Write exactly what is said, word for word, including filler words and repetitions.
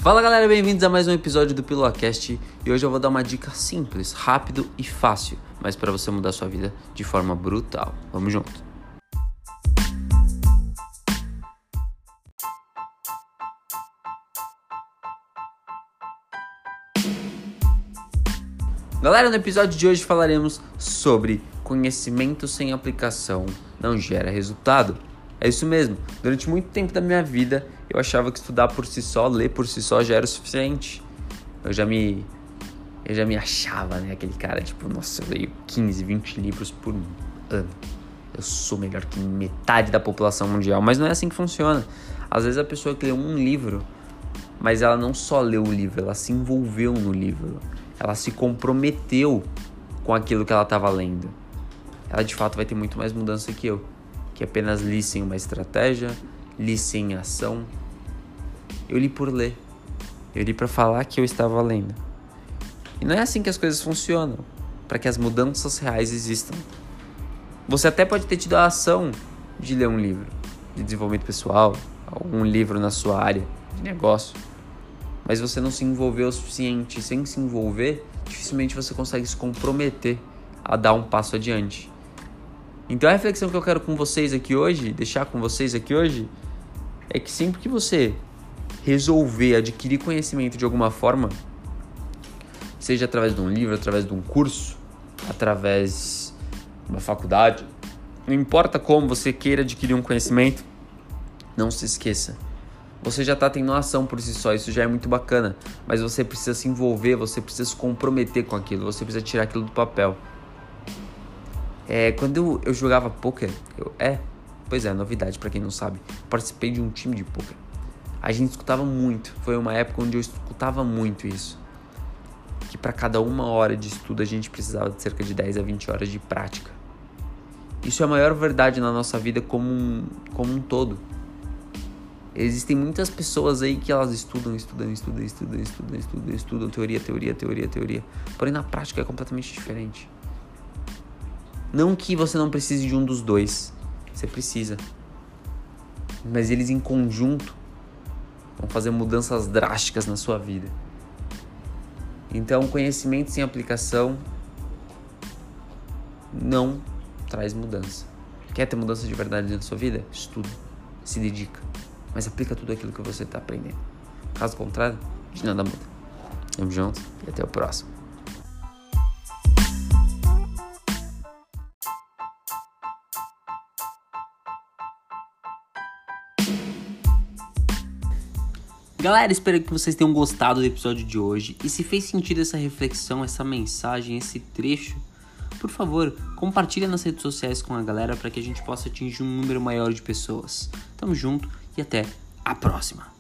Fala galera, bem-vindos a mais um episódio do Pilocast e hoje eu vou dar uma dica simples, rápido e fácil, mas para você mudar sua vida de forma brutal. Vamos junto! Galera, no episódio de hoje falaremos sobre conhecimento sem aplicação não gera resultado. É isso mesmo, durante muito tempo da minha vida eu achava que estudar por si só, ler por si só já era o suficiente. Eu já me, eu já me achava, né, aquele cara tipo, nossa, eu leio quinze, vinte livros por ano. Eu sou melhor que metade da população mundial, mas não é assim que funciona. Às vezes a pessoa que lê um livro, mas ela não só leu o livro, ela se envolveu no livro. Ela se comprometeu com aquilo que ela estava lendo. Ela de fato vai ter muito mais mudança que eu, que apenas li sem uma estratégia, li sem ação. Eu li por ler. Eu li para falar que eu estava lendo. E não é assim que as coisas funcionam, para que as mudanças reais existam. Você até pode ter tido a ação de ler um livro de desenvolvimento pessoal, algum livro na sua área de negócio, mas você não se envolveu o suficiente. Sem se envolver, dificilmente você consegue se comprometer a dar um passo adiante. Então a reflexão que eu quero com vocês aqui hoje, deixar com vocês aqui hoje, é que sempre que você resolver adquirir conhecimento de alguma forma, seja através de um livro, através de um curso, através de uma faculdade, não importa como você queira adquirir um conhecimento, não se esqueça. Você já está tendo ação por si só, isso já é muito bacana, mas você precisa se envolver, você precisa se comprometer com aquilo, você precisa tirar aquilo do papel. É, quando eu, eu jogava poker, eu, é, pois é, novidade pra quem não sabe, participei de um time de poker. A gente escutava muito, foi uma época onde eu escutava muito isso, que para cada uma hora de estudo a gente precisava de cerca de dez a vinte horas de prática. Isso é a maior verdade na nossa vida como um, como um todo. Existem muitas pessoas aí que elas estudam, estudam, estudam, estudam, estudam, estudam, estudam, teoria, teoria, teoria, teoria, porém na prática é completamente diferente. Não que você não precise de um dos dois, você precisa, mas eles em conjunto vão fazer mudanças drásticas na sua vida. Então, conhecimento sem aplicação não traz mudança. Quer ter mudança de verdade na sua vida? Estuda, se dedica, mas aplica tudo aquilo que você está aprendendo. Caso contrário, de nada muda. Tamo junto e até o próximo. Galera, espero que vocês tenham gostado do episódio de hoje. E se fez sentido essa reflexão, essa mensagem, esse trecho, por favor, compartilha nas redes sociais com a galera para que a gente possa atingir um número maior de pessoas. Tamo junto e até a próxima!